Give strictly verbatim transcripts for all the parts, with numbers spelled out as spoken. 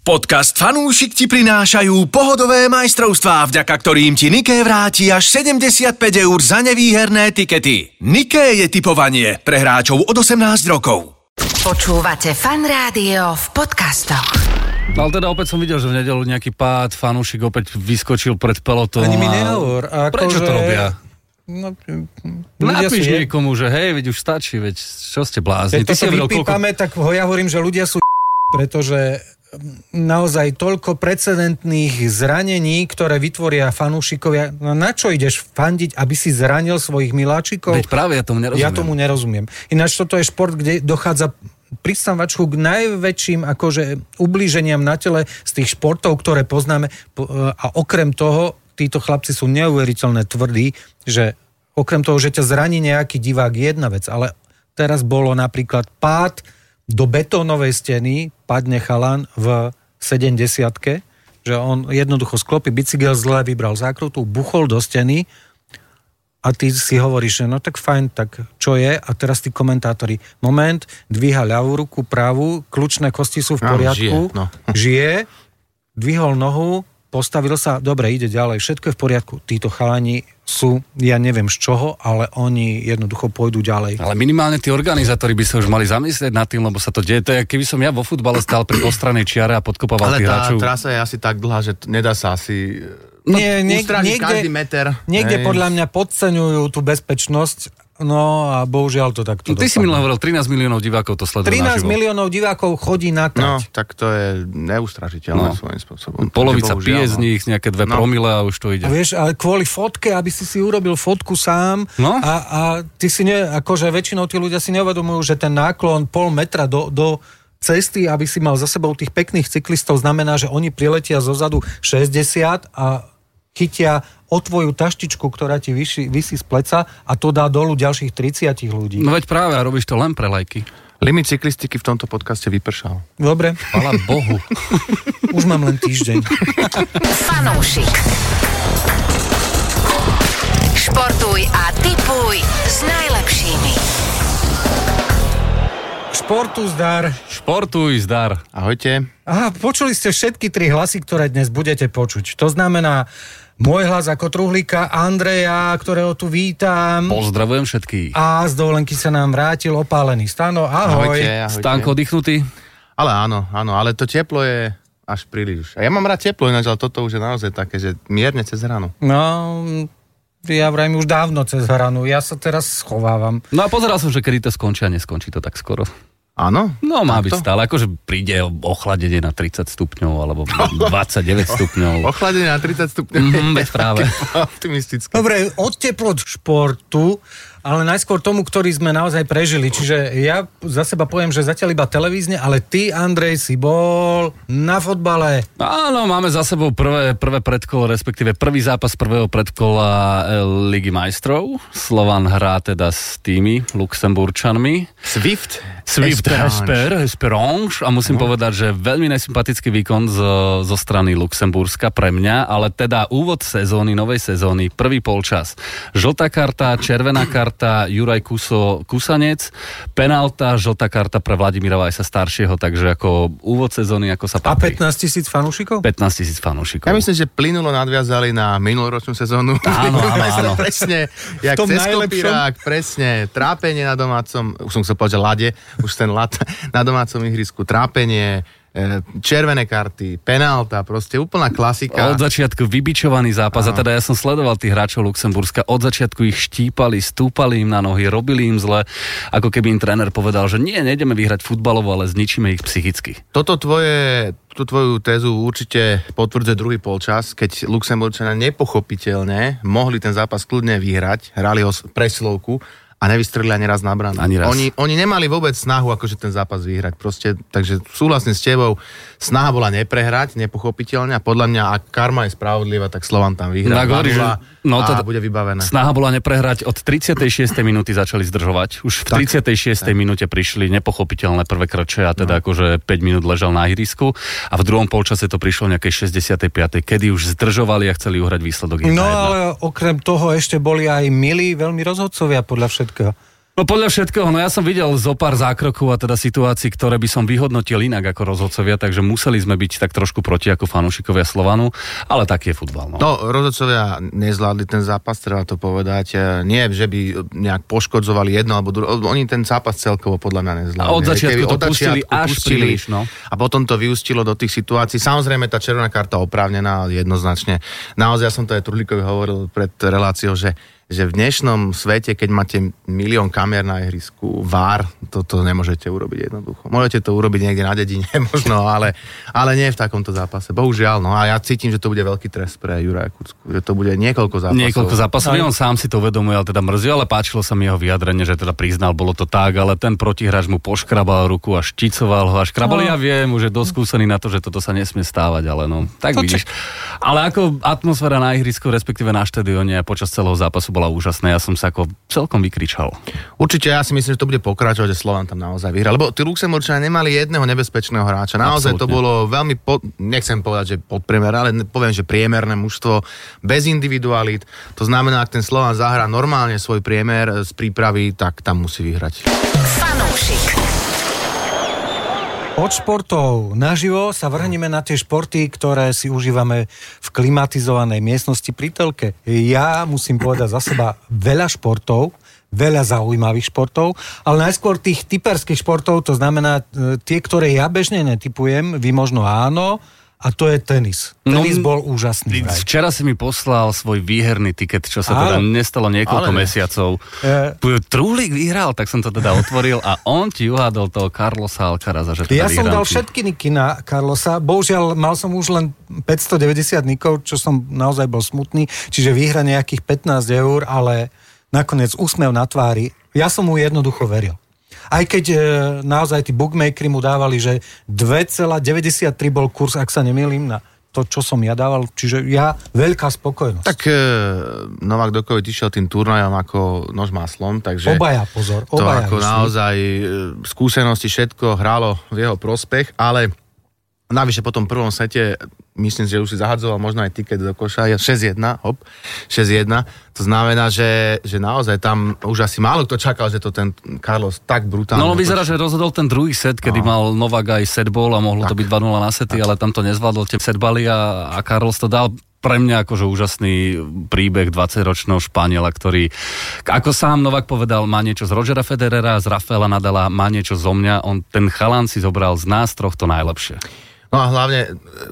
Podcast Fanúšik ti prinášajú pohodové majstrovstvá, vďaka ktorým ti Niké vráti až sedemdesiatpäť eur za nevýherné tikety. Niké je tipovanie pre hráčov od osemnásť rokov. Počúvate Fan Rádio v podcastoch. Ale teda opäť som videl, že v nedeľu nejaký pád, fanúšik opäť vyskočil pred pelotom. Ani mi nehovor. Prečo že... to robia? No, Napíš sú... niekomu, že hej, veď už stačí, veď čo ste blázni. Keď to vypípame, koľko... tak ja hovorím, že ľudia sú pretože naozaj toľko precedentných zranení, ktoré vytvoria fanúšikovia. No na čo ideš fandiť, aby si zranil svojich miláčikov? Veď práve ja tomu nerozumiem. Ja tomu nerozumiem. Ináč toto je šport, kde dochádza pri stavačku k najväčším akože ublíženiam na tele z tých športov, ktoré poznáme. A okrem toho, títo chlapci sú neuveriteľne tvrdí, že okrem toho, že ťa zraní nejaký divák, je jedna vec, ale teraz bolo napríklad pád do betónovej steny, padne chalan v sedemdesiatke, že on jednoducho sklopí bicykel, zle vybral zákrutu, buchol do steny a ty si hovoríš, že no tak fajn, tak čo je? A teraz tí komentátori, moment, dvíha ľavú ruku, pravú, kľúčne kosti sú v poriadku, no, žije, no. žije, dvihol nohu, postavil sa, dobre, ide ďalej, všetko je v poriadku. Títo chalani sú, ja neviem z čoho, ale oni jednoducho pôjdu ďalej. Ale minimálne tí organizátori by sa už mali zamyslieť nad tým, lebo sa to deje. To je, keby som ja vo futbale stál pri ostranej čiare a podkopával tých hráčov. Ale tá trasa je asi tak dlhá, že nedá sa asi Nie, no, niek- ustražiť niekde, každý meter. Niekde hej. podľa mňa podceňujú tú bezpečnosť. No a bohužiaľ to takto no, ty si minulý hovoril, trinásť miliónov divákov to sleduje trinásť naživo. miliónov divákov chodí na trať. No, tak to je neustražiteľné no. svojím spôsobom. Polovica Takže, pije bohužiaľ, z nich, nejaké dve no. promile a už to ide. A vieš, ale kvôli fotke, aby si si urobil fotku sám no? a, a ty si ne, akože väčšinou tí ľudia si neuvedomujú, že ten náklon pol metra do, do cesty, aby si mal za sebou tých pekných cyklistov, znamená, že oni priletia zozadu šesťdesiat a chytia o tvoju taštičku, ktorá ti visí, visí z pleca a to dá dolu ďalších tridsať ľudí. No veď práve, a robíš to len pre lajky. Limit cyklistiky v tomto podcaste vypršal. Dobre. Chvala Bohu. Už mám len týždeň. Fanúšik. Športuj a tipuj s najlepšími. Športu zdar. Športuj zdar. Ahojte. Aha, počuli ste všetky tri hlasy, ktoré dnes budete počuť. To znamená môj hlas ako truhlíka, Andreja, ktorého tu vítam. Pozdravujem všetkých. A z dovolenky sa nám vrátil opálený Stano. Ahoj. Ahojte, ahojte. Stánko oddychnutý? Ale áno, áno, ale to teplo je až príliš. A ja mám rád teplo, ináč, ale toto už je naozaj také, že mierne cez ráno. No, ja vrajím už dávno cez hranu. Ja sa teraz schovávam. No a pozeral som, že kedy to skončí a neskončí to tak skoro. Áno? No má Takto? byť stále, akože príde ochladenie na tridsať stupňov alebo dvadsaťdeväť stupňov. Ochladenie na tridsať stupňov. Mm, veď práve. Optimistické. Dobre, od teplot športu, ale najskôr tomu, ktorý sme naozaj prežili. Čiže ja za seba poviem, že zatiaľ iba televízne, ale ty, Andrej, si bol na fotbale. Áno, máme za sebou prvé, prvé predkolo, respektíve prvý zápas prvého predkola Ligy majstrov. Slovan hrá teda s tými Luxemburčanmi. Swift. Swift Esper, Esperange a musím no. povedať, že veľmi nesympatický výkon zo, zo strany Luxemburska pre mňa, ale teda úvod sezóny, novej sezóny, prvý polčas. Žltá karta, červená karta, Juraj Kuso, Kusanec, penálta, žltá karta pre Vladimíra Vajsa staršieho, takže ako úvod sezóny, ako sa patrí. A pätnásť tisíc fanúšikov? pätnásť tisíc fanúšikov. Ja myslím, že plynulo nadviazali na minuloročnú sezónu. Áno, áno, áno. Presne, jak ceskopírák, presne, trápenie na domácom, už som chcel povedať, že lade, už ten lat na domácom ihrisku, trápenie, červené karty, penálta, proste úplná klasika. Od začiatku vybičovaný zápas a teda ja som sledoval tých hráčov Luxemburska, od začiatku ich štípali, stúpali im na nohy, robili im zle, ako keby im tréner povedal, že nie, nejdeme vyhrať futbalovo, ale zničíme ich psychicky. Toto tvoje, tú tvoju tézu určite potvrdzuje druhý polčas, keď Luxemburčania nepochopiteľne mohli ten zápas kľudne vyhrať, hrali ho preslovku a nevystrelili ani raz na bránu. Ani raz. Oni, oni nemali vôbec snahu akože ten zápas vyhrať. Proste, takže súhlasím s tebou, snaha bola neprehrať, nepochopiteľne a podľa mňa, ak karma je spravodlivá, tak Slovan tam vyhrá. No, a bude vybavené. Snaha bola neprehrať, od tridsiatej šiestej minúty začali zdržovať. Už v tridsiatej šiestej minúte prišli nepochopiteľné prvé krče a teda no. akože päť minút ležal na ihrisku a v druhom polčase to prišlo nejakej šesťdesiatej piatej kedy už zdržovali a chceli uhrať výsledok. No ale okrem toho ešte boli aj milí veľmi rozhodcovia podľa všetkého. No podľa všetkého, no ja som videl zo pár zákrokov a teda situácií, ktoré by som vyhodnotil inak ako rozhodcovia, takže museli sme byť tak trošku proti ako fanúšikovia Slovanu, ale taký je futbal. No, no rozhodcovia nezvládli ten zápas, treba to povedať. Nie, že by nejak poškodzovali jedno alebo druhé, oni ten zápas celkovo podľa mňa nezvládli. A od začiatku to pustili až pustili, príliš, no. A potom to vyústilo do tých situácií. Samozrejme tá červená karta oprávnená jednoznačne. Naozaj ja som to aj Trulíkovi hovoril pred reláciou, že že v dnešnom svete, keď máte milión kamier na ihrisku, vár, toto nemôžete urobiť jednoducho. Môžete to urobiť niekde na dedine, možno, ale, ale nie v takomto zápase. Bohužiaľ, no a ja cítim, že to bude veľký trest pre Juraja Kucku, že to bude niekoľko zápasov. Niekoľko zápasov, aj on sám si to uvedomuje, ale teda mrzí, ale páčilo sa mi jeho vyjadrenie, že teda priznal, bolo to tak, ale ten protihráč mu poškrabal ruku a šticoval ho a škrabal. No. Ja viem, už je dosť skúsený na to, že toto sa nesmie stávať, ale no, tak to vidíš. Či... Ale ako atmosféra na ihrisku, respektíve na štadióne počas celého zápasu bola úžasná. Ja som sa ako celkom vykričal. Určite, ja si myslím, že to bude pokračovať, že Slovan tam naozaj vyhrá. Lebo tí Luxemburčania nemali jedného nebezpečného hráča. Naozaj Absolutne. To bolo veľmi, po, nechcem povedať, že podpriemer, ale poviem, že priemerné mužstvo bez individualít. To znamená, ak ten Slovan zahrá normálne svoj priemer z prípravy, tak tam musí vyhrať. Fanúšik. Od športov naživo sa vrhneme na tie športy, ktoré si užívame v klimatizovanej miestnosti pri telke. Ja musím povedať za seba veľa športov, veľa zaujímavých športov, ale najskôr tých typerských športov, to znamená tie, ktoré ja bežne netypujem, vy možno áno, a to je tenis. Tenis no, bol úžasný. Vraj. Včera si mi poslal svoj výherný tiket, čo sa ale, teda nestalo niekoľko ale, mesiacov. E... Trúlik vyhral, tak som to teda otvoril a on ti uhádol toho Carlosa Alcaraza. Že teda ja som dal všetky niky na Carlosa. Bohužiaľ, mal som už len päťstodeväťdesiat nikov, čo som naozaj bol smutný. Čiže výhra nejakých pätnásť eur, ale nakoniec úsmev na tvári. Ja som mu jednoducho veril. Aj keď e, naozaj tí bookmakeri mu dávali, že dva celé deväťdesiattri bol kurz, ak sa nemýlim, na to, čo som ja dával. Čiže ja, veľká spokojnosť. Tak e, Novák Djokovic išiel tým turnajom ako nož máslom, takže... Obaja, pozor, obaja. To ako išli. Naozaj e, skúsenosti, všetko hrálo v jeho prospech, ale navyše po tom prvom sete, myslím, že už si zahadzoval možno aj tiket do koša, šesť jedna, hop, šesť jedna. To znamená, že, že naozaj tam už asi málo kto čakal, že to ten Carlos tak brutálne... No, no vyzerá, že rozhodol ten druhý set, kedy no. mal Novák aj setball a mohlo tak. to byť dva nula na sety, tak. ale tam to nezvládol tie setbaly a, a Carlos to dal. Pre mňa akože úžasný príbeh dvadsaťročného Španiela, ktorý, ako sám Novák povedal, má niečo z Rogera Federera, z Rafaela Nadala, má niečo zo mňa. On, ten chalan si zobral z nás troch to najlepšie. No a hlavne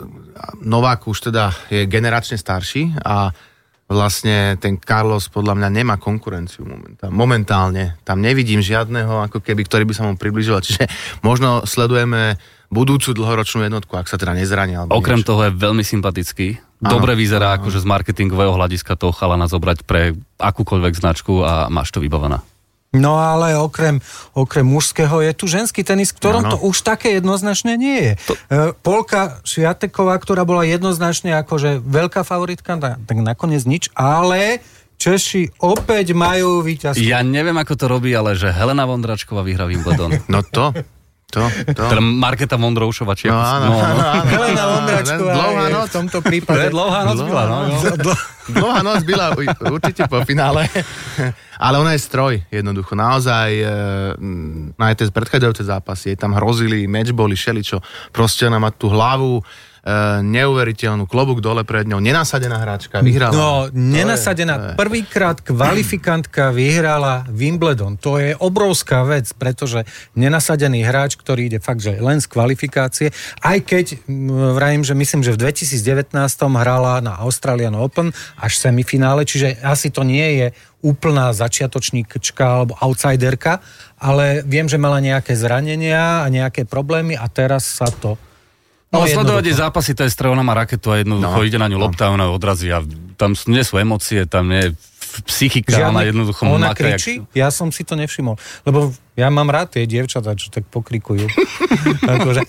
Novák už teda je generačne starší a vlastne ten Carlos podľa mňa nemá konkurenciu momentálne. momentálne. Tam nevidím žiadneho, ako keby, ktorý by sa mu približil. Čiže možno sledujeme budúcu dlhoročnú jednotku, ak sa teda nezrania. Okrem niečo. toho je veľmi sympatický. Dobre áno, vyzerá áno. akože z marketingového hľadiska toho chalana zobrať pre akúkoľvek značku a máš to vybavené. No ale okrem, okrem mužského je tu ženský tenis, v ktorom ano. to už také jednoznačne nie je. To... Polka Sviateková, ktorá bola jednoznačne akože veľká favoritka, tak nakoniec nič, ale Češi opäť majú víťazstvo. Ja neviem, ako to robí, ale že Helena Vondračková vyhrá Wimbledon. No to... To, to. Teda Marketa Mondroušova, či no, áno, no, áno, áno. Helena Vondračková dlouhá noc. v tomto prípade. Dlouhá noc byla, no. Dlouhá noc byla určite po finále. Ale ona je stroj, jednoducho. Naozaj na aj tie predchádzajúce zápasy, jej tam hrozili, matchboli, šeličo. Proste ona má tú hlavu, neuveriteľnú, klobúk dole pred ňou, nenasadená hráčka, vyhrala. No, nenasadená. Prvýkrát kvalifikantka vyhrala Wimbledon. To je obrovská vec, pretože nenasadený hráč, ktorý ide fakt, že len z kvalifikácie, aj keď vrajím, že myslím, že v dvetisícdevätnásť hrala na Australian Open až semifinále, čiže asi to nie je úplná začiatočníčka alebo outsiderka, ale viem, že mala nejaké zranenia a nejaké problémy a teraz sa to No, no sledovať jej zápasy, to je stroj, ona má raketu a jednoducho no, ide na ňu no. lopta, ona odrazí a tam nie sú emócie, tam nie je psychika, Žiadne, ona jednoducho... Ona kričí? Jak... Ja som si to nevšimol, lebo ja mám rád tie dievčatá, čo tak pokrikujú. akože...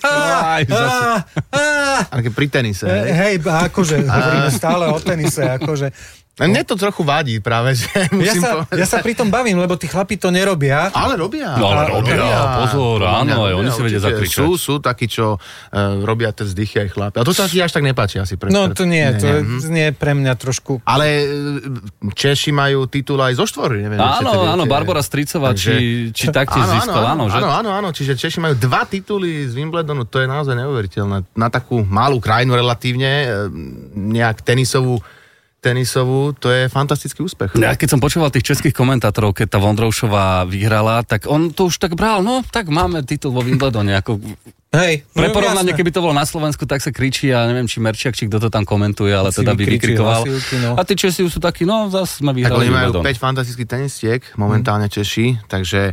Aké pri tenise. Hej, hej akože hovoríme stále o tenise, akože Mne to trochu vadí práve, že ja sa, ja sa pri tom bavím, lebo tí chlapi to nerobia. Ale robia. No ale robia, robia. Pozor, áno, aj oni si vedia zakričať. Sú, sú takí, čo uh, robia tie vzdychy aj chlapi. A to sa ti až tak nepáči asi. Pre, no to nie, nie to nie je pre mňa trošku. Ale Češi majú titul aj zo štvory. Neviem, áno, áno, Barbora Stricová, takže... či, či taktiež získala, áno, že? Áno, áno, áno, čiže Češi majú dva tituly z Wimbledonu, to je naozaj neuveriteľné. Na takú malú krajinu relatívne, nejak tenisovú tenisovú, to je fantastický úspech. Ja keď som počúval tých českých komentátorov, keď tá Vondroušová vyhrala, tak on to už tak bral, no tak máme titul vo Wimbledone, ako... Hej, pre porovnanie, keby to bolo na Slovensku, tak sa kričí a neviem, či Merčiak, či kto to tam komentuje, ale teda by vykrikoval. No. A tí Česi sú takí, no zase sme vyhrali. Tak oni majú Wimbledon. päť fantastických tenistiek, momentálne hmm. Češi, takže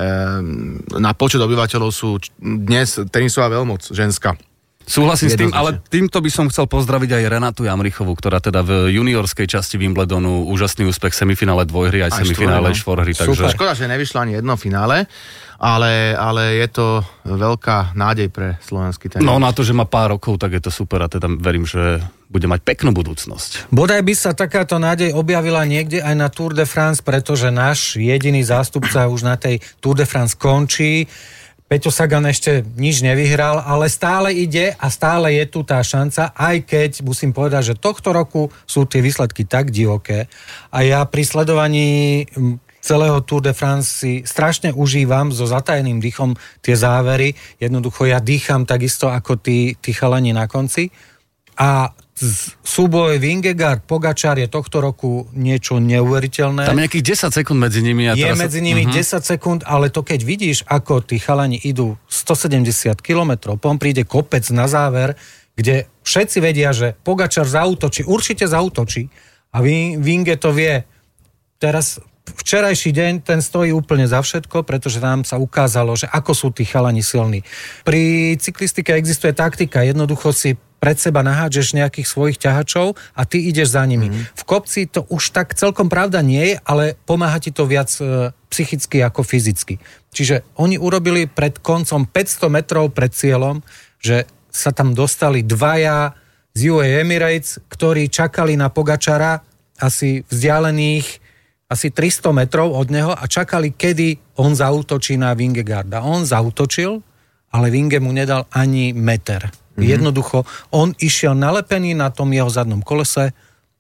um, na počet obyvateľov sú dnes tenisová veľmoc ženská. Súhlasím s tým, ale týmto by som chcel pozdraviť aj Renatu Jamrichovú, ktorá teda v juniorskej časti Wimbledonu úžasný úspech v semifinále dvojhry aj, aj semifinále štvorhry. Takže... Super. Škoda, že nevyšlo ani jedno finále, ale, ale je to veľká nádej pre slovenský tenis. No na to, že má pár rokov, tak je to super a teda verím, že bude mať peknú budúcnosť. Bodaj by sa takáto nádej objavila niekde aj na Tour de France, pretože náš jediný zástupca už na tej Tour de France končí. Peťo Sagan ešte nič nevyhral, ale stále ide a stále je tu tá šanca, aj keď musím povedať, že tohto roku sú tie výsledky tak divoké. A ja pri sledovaní celého Tour de France si strašne užívam so zatajeným dýchom tie závery. Jednoducho ja dýcham takisto ako tí, tí chalani na konci. A súboj Vingegaard, Pogačar je tohto roku niečo neuveriteľné. Tam je nejakých desať sekúnd medzi nimi. A je teraz medzi nimi uh-huh. desať sekúnd, ale to keď vidíš, ako tí chalani idú stosedemdesiat kilometrov, potom príde kopec na záver, kde všetci vedia, že Pogačar zaútočí, určite zaútočí a Vinge to vie. Teraz včerajší deň, ten stojí úplne za všetko, pretože nám sa ukázalo, že ako sú tí chalani silní. Pri cyklistike existuje taktika, jednoducho si pred seba nahádžeš nejakých svojich ťahačov a ty ideš za nimi. Mm. V kopci to už tak celkom pravda nie je, ale pomáha ti to viac e, psychicky ako fyzicky. Čiže oni urobili pred koncom päťsto metrov pred cieľom, že sa tam dostali dvaja z U A E Emirates, ktorí čakali na Pogačara asi vzdialených asi tristo metrov od neho a čakali, kedy on zaútočí na Vingegaarda. On zaútočil, ale Vinge mu nedal ani meter. Mm-hmm. Jednoducho, on išiel nalepený na tom jeho zadnom kolese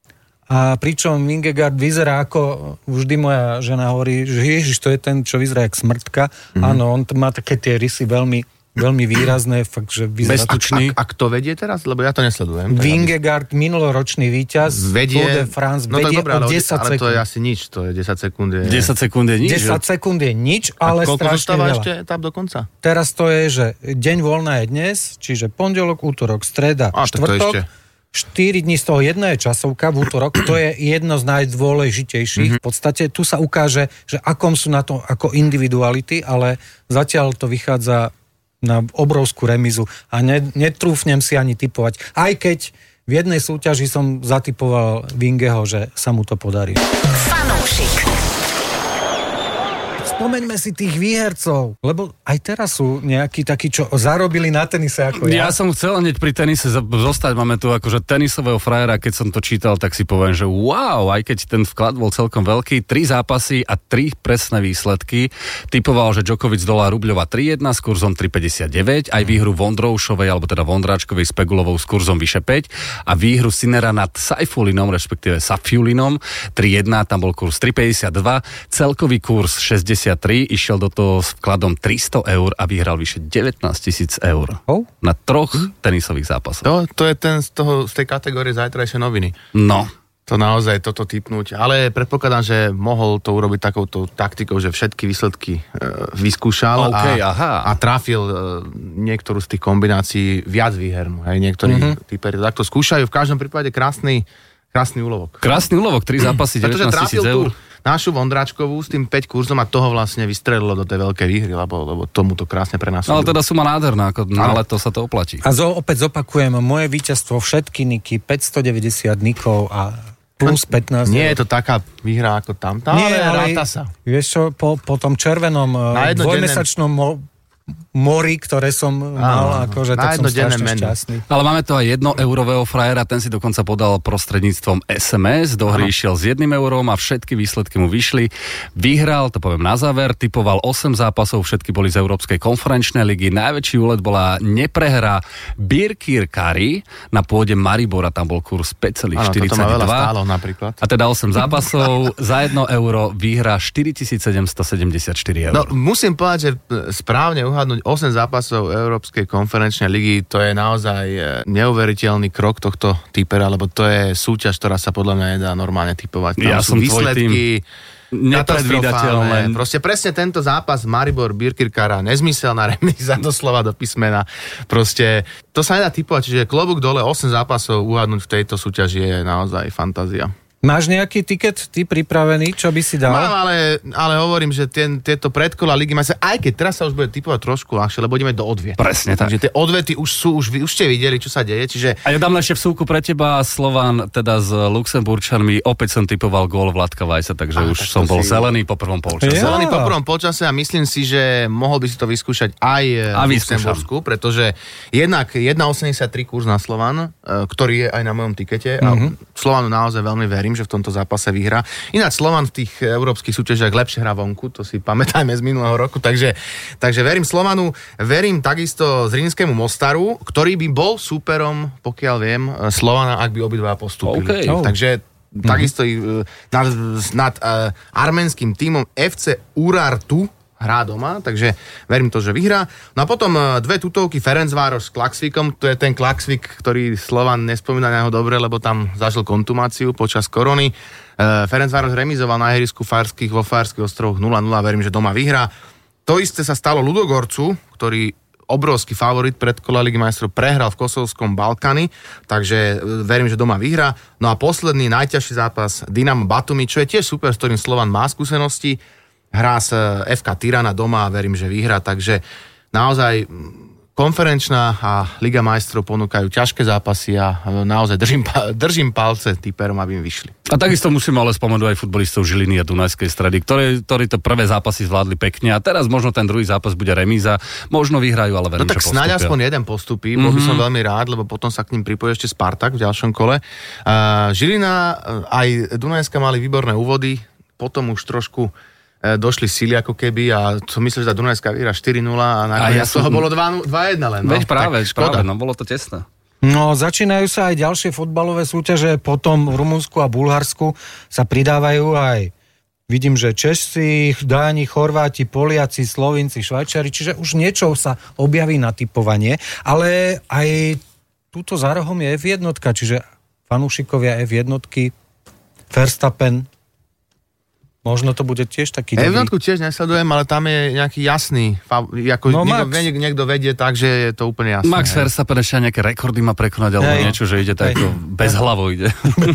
a pričom Vingegaard vyzerá ako, vždy moja žena hovorí, že ježiš, to je ten, čo vyzerá jak smrtka. Mm-hmm. Áno, on má také tie rysy veľmi, veľmi výrazné, fakt, že vyzerá... Beztučný. A, a, a kto vedie teraz? Lebo ja to nesledujem. Vingegaard, minuloročný víťaz vedie, Tour de France, no vedie dobré, o desať sekúnd. Ale to je asi nič, to je desať sekúnd. Je... desať sekúnd je nič. desať sekúnd je nič, ale a strašne veľa. ešte tam do konca? Teraz to je, že deň voľna je dnes, čiže pondelok, útorok, streda, a, štvrtok. štyri dní z toho jedna je časovka v útorok, to je jedno z najdôležitejších. Mm-hmm. V podstate tu sa ukáže, že akom sú na to ako individuality, ale zatiaľ to vychádza na obrovskú remizu a ne, netrúfnem si ani tipovať. Aj keď v jednej súťaži som zatipoval Vingeho, že sa mu to podarí. Fanúšik. Spomeňme si tých výhercov, lebo aj teraz sú nejakí takí, čo zarobili na tenise ako ja. Ja som chcel hneď pri tenise zostať, máme tu akože tenisového frajera, keď som to čítal, tak si poviem, že wow, aj keď ten vklad bol celkom veľký, tri zápasy a tri presné výsledky. Typoval, že Djokovic dolá Rubľova tri jedna s kurzom tri päťdesiatdeväť, aj výhru Vondroušovej, alebo teda Vondráčkovej s Pegulovou s kurzom vyše päť a výhru Sinnera nad Saifulinom, respektíve Safiulinom tri jedna, tam bol kurz tri päťdesiatdva, celkový kurz šesťdesiattri, išiel do toho s vkladom tristo eur a vyhral vyše devätnásť tisíc eur. Oh? Na troch tenisových zápasoch. To, to je ten z, toho, z tej kategórie zajtrajšie noviny. No. To naozaj toto tipnúť. Ale predpokladám, že mohol to urobiť takouto taktikou, že všetky výsledky e, vyskúšal okay, a, aha. a trafil e, niektorú z tých kombinácií viac výhernú. Hej, niektorí mm-hmm. typeri takto skúšajú. V každom prípade krásny, krásny úlovok. Krásny úlovok, tri zápasy, devätnásť tisíc eur. Našu Vondráčkovú s tým päť kurzom a toho vlastne vystrelilo do tej veľkej výhry, lebo, lebo tomu to krásne prenášalo. Ale teda suma nádherná, ako na leto sa to oplatí. A zo, opäť zopakujem, moje víťazstvo, všetky niky, päťstodeväťdesiat nikov a plus pätnásť. Nie je to taká výhra ako tamtá, nie, ale ale ráta sa. Vieš čo, po, po tom červenom dvojmesačnom mo- mori, ktoré som mal, akože tak som strašne menu. šťastný. Ale máme tu aj jedno eurového frajera, ten si dokonca podal prostredníctvom es em es, do hry išiel s jedným eurom a všetky výsledky mu vyšli. Vyhral, to poviem na záver, typoval osem zápasov, všetky boli z Európskej konferenčnej ligy. Najväčší úlet bola neprehra Birkir Kari na pôde Maribora, tam bol kurz päť celá štyridsaťdva. Stálo, napríklad. A teda osem zápasov, za jedno euro vyhrá štyritisícsedemstosedemdesiatštyri eur. No, musím povedať, že správne uhádnuť osem zápasov Európskej konferenčnej ligy, to je naozaj neuveriteľný krok tohto typera, lebo to je súťaž, ktorá sa podľa mňa nedá normálne typovať. Tam ja sú som výsledky nepredvídateľné. Proste presne tento zápas Maribor Birkirkara, nezmyselná remíza doslova do písmena. Proste to sa nedá typovať, čiže klobúk dole, osem zápasov uhádnuť v tejto súťaži je naozaj fantázia. Máš nejaký tiket, ty pripravený, čo by si dal? Mám, ale, ale hovorím, že ten, tieto predkola ligy, aj keď teraz sa už bude typovať trošku ľahšie, lebo ideme do odviet. Presne tak. Takže tie odvety už sú, už, už ste videli, čo sa deje, čiže... A ja dám ešte vsúku pre teba, Slovan, teda s Luxemburčanmi, opäť som typoval gól Vladka Vajsa, takže a, už tak som bol si... zelený po prvom polčase. Ja. Zelený po prvom polčase a myslím si, že mohol by si to vyskúšať aj a v Luxembursku, pretože jednak jedna osemdesiattri kurz na Slovan, ktorý je aj na mojom tikete mm-hmm. a Slovanu naozaj veľmi verím, že v tomto zápase vyhrá. Ináč Slovan v tých európskych súťažiach lepšie hrá vonku, to si pamätajme z minulého roku, takže, takže verím Slovanu, verím takisto Zrinskému Mostaru, ktorý by bol súperom, pokiaľ viem, Slovana, ak by obidva postúpili. Okay. Oh. Takže mm-hmm. takisto nad, nad uh, arménskym tímom ef cé Urartu hrá doma, takže verím to, že vyhrá. No a potom dve tutovky Ferencváros s Klaxvikom, to je ten Klaxvik, ktorý Slovan nespomína na neho dobre, lebo tam zažil kontumáciu počas korony. Ferencváros remizoval na ihrisku Farských vo Farských ostrovoch nula nula, verím, že doma vyhrá. To isté sa stalo Ludogorcu, ktorý obrovský favorit pred kola Ligy majstrov prehral v kosovskom Balkáni, takže verím, že doma vyhrá. No a posledný najťažší zápas Dynamo Batumi, čo je tiež super, s ktorým Slovan má skúsenosti. Hrá s ef ká Tirana doma a verím, že vyhrá, takže naozaj konferenčná a Liga majstrov ponúkajú ťažké zápasy a naozaj držím, držím palce typerom, aby mi vyšli. A takisto musíme ale spomenúť aj futbolistov Žiliny a Dunajskej Stredy, ktorí, ktorí to prvé zápasy zvládli pekne a teraz možno ten druhý zápas bude remíza, možno vyhrajú, ale verím, no tak že snáď aspoň jeden postupí, mm-hmm. bol by som veľmi rád, lebo potom sa k ním pripojí ešte Spartak v ďalšom kole. Uh, Žilina aj Dunajská mali výborné úvody, potom už trošku došli síly ako keby a som myslel, že tá Dunajská vyhra štyri nula a nakoniec ja som... toho bolo dva jedna len. No. Veď práve, práve, no bolo to tesné. No, začínajú sa aj ďalšie fotbalové súťaže, potom v Rumunsku a Bulharsku sa pridávajú aj, vidím, že Česi, Dáni, Chorváti, Poliaci, Slovinci, Švajčiari, čiže už niečo sa objaví na typovanie, ale aj túto za rohom je ef jedna, čiže fanúšikovia ef jedna, Verstappen. Možno to bude tiež taký... ef jedna tiež nesledujem, ale tam je nejaký jasný... Ako no, niekto, niekto, niekto vedie tak, že je to úplne jasné. Max Verstappen ešte nejaké rekordy má prekonať, alebo hey. niečo, že ide tak bez hlavo ide.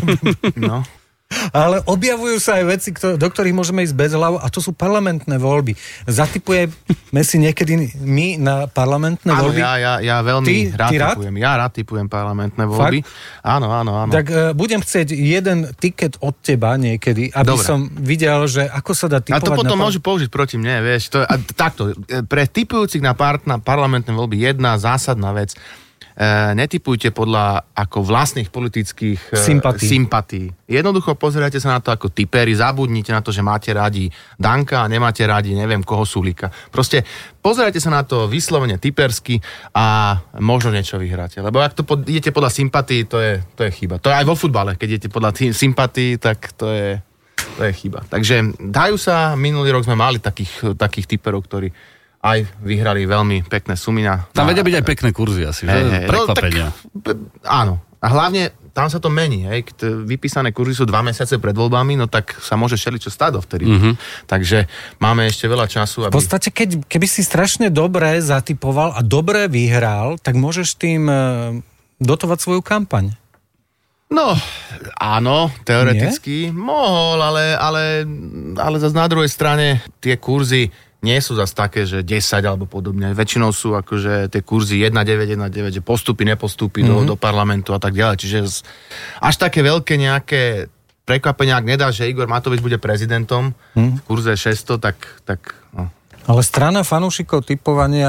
No. Ale objavujú sa aj veci, do ktorých môžeme ísť bez hlavu, a to sú parlamentné voľby. Zatipujeme si niekedy my na parlamentné áno, voľby? Ja, ja, ja veľmi ty, rád ty typujem. Ja rád typujem parlamentné voľby. Fakt? Áno, áno, áno. Tak uh, budem chcieť jeden tiket od teba niekedy, aby Dobre. som videl, že ako sa dá typovať. A to potom par... môžu použiť proti mne, vieš. To je, a takto, pre typujúcich na, part, na parlamentné voľby jedna zásadná vec. E, netypujte podľa ako vlastných politických sympatí. sympatí. Jednoducho pozerajte sa na to ako typéri, zabudnite na to, že máte radi Danka a nemáte radi neviem koho Sulíka. Proste pozerajte sa na to vyslovene typersky a možno niečo vyhráte. Lebo ak to pod, idete podľa sympatí, to je, to je chyba. To je aj vo futbale, keď idete podľa tý, sympatí, tak to je, to je chyba. Takže dajú sa, minulý rok sme mali takých, takých typerov, ktorí aj vyhrali veľmi pekné sumy na... Tam vedia byť aj pekné kurzy asi, že? Hey, prekvapenia. No, tak, áno. A hlavne tam sa to mení, hej. Keď vypísané kurzy sú dva mesiace pred voľbami, no tak sa môže šeličo stať dovtedy. Mm-hmm. Takže máme ešte veľa času, aby... V podstate, keď, keby si strašne dobre zatypoval a dobre vyhral, tak môžeš tým dotovať svoju kampaň. No, áno, teoreticky Nie? mohol, ale, ale, ale zase na druhej strane tie kurzy nie sú zase také, že desať alebo podobne. Väčšinou sú akože tie kurzy jedna deväť, jedna deväť, že postupy, nepostupy mm-hmm. do, do parlamentu a tak ďalej. Čiže až také veľké nejaké prekvapenia, ak nedá, že Igor Matovič bude prezidentom mm-hmm. v kurze šesťsto, tak... tak no. Ale strana fanúšikov typovania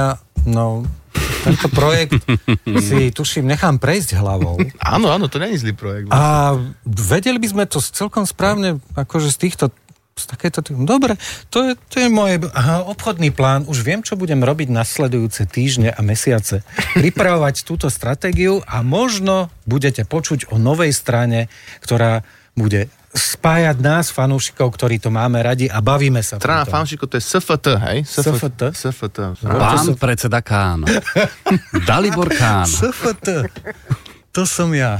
No, tento projekt si, tuším, nechám prejsť hlavou. Áno, áno, to nie je zlý projekt. A vedeli by sme to celkom správne, akože z týchto z takéto... Dobre, to je, to je môj aha, obchodný plán. Už viem, čo budem robiť nasledujúce týždne a mesiace. Pripravovať túto stratégiu a možno budete počuť o novej strane, ktorá bude spájať nás, fanúšikov, ktorí to máme radi a bavíme sa. Strana fanúšikov, to je es ef té, hej? es ef té? es ef té. Pán predseda Kán. Dalibor Kán. es ef té. To som ja.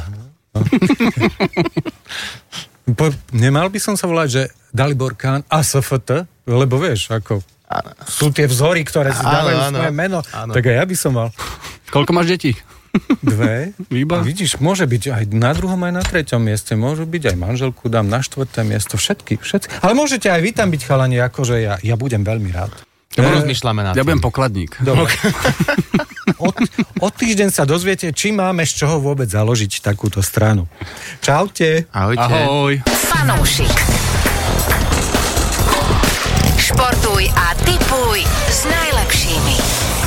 Po, nemal by som sa volať, že Dalibor Kán a es ef té? Lebo vieš, ako sú tie vzory, ktoré si dávajú áno, svoje áno, meno. Áno. Tak aj ja by som mal. Koľko máš detí? Dve. Výba. Vidíš, môže byť aj na druhom, aj na treťom mieste. Môžu byť aj manželku, dám na štvrté miesto. Všetky, všetky. Ale môžete aj vy tam byť, chalani, akože ja, ja budem veľmi rád. Ja, e, rozmýšľame na ja budem pokladník. Dobre. Od, od týždeň sa dozviete, či máme z čoho vôbec založiť takúto stranu. Čaute. Ahojte. Ahoj. Fanúšik. Športuj a tipuj s najlepšími.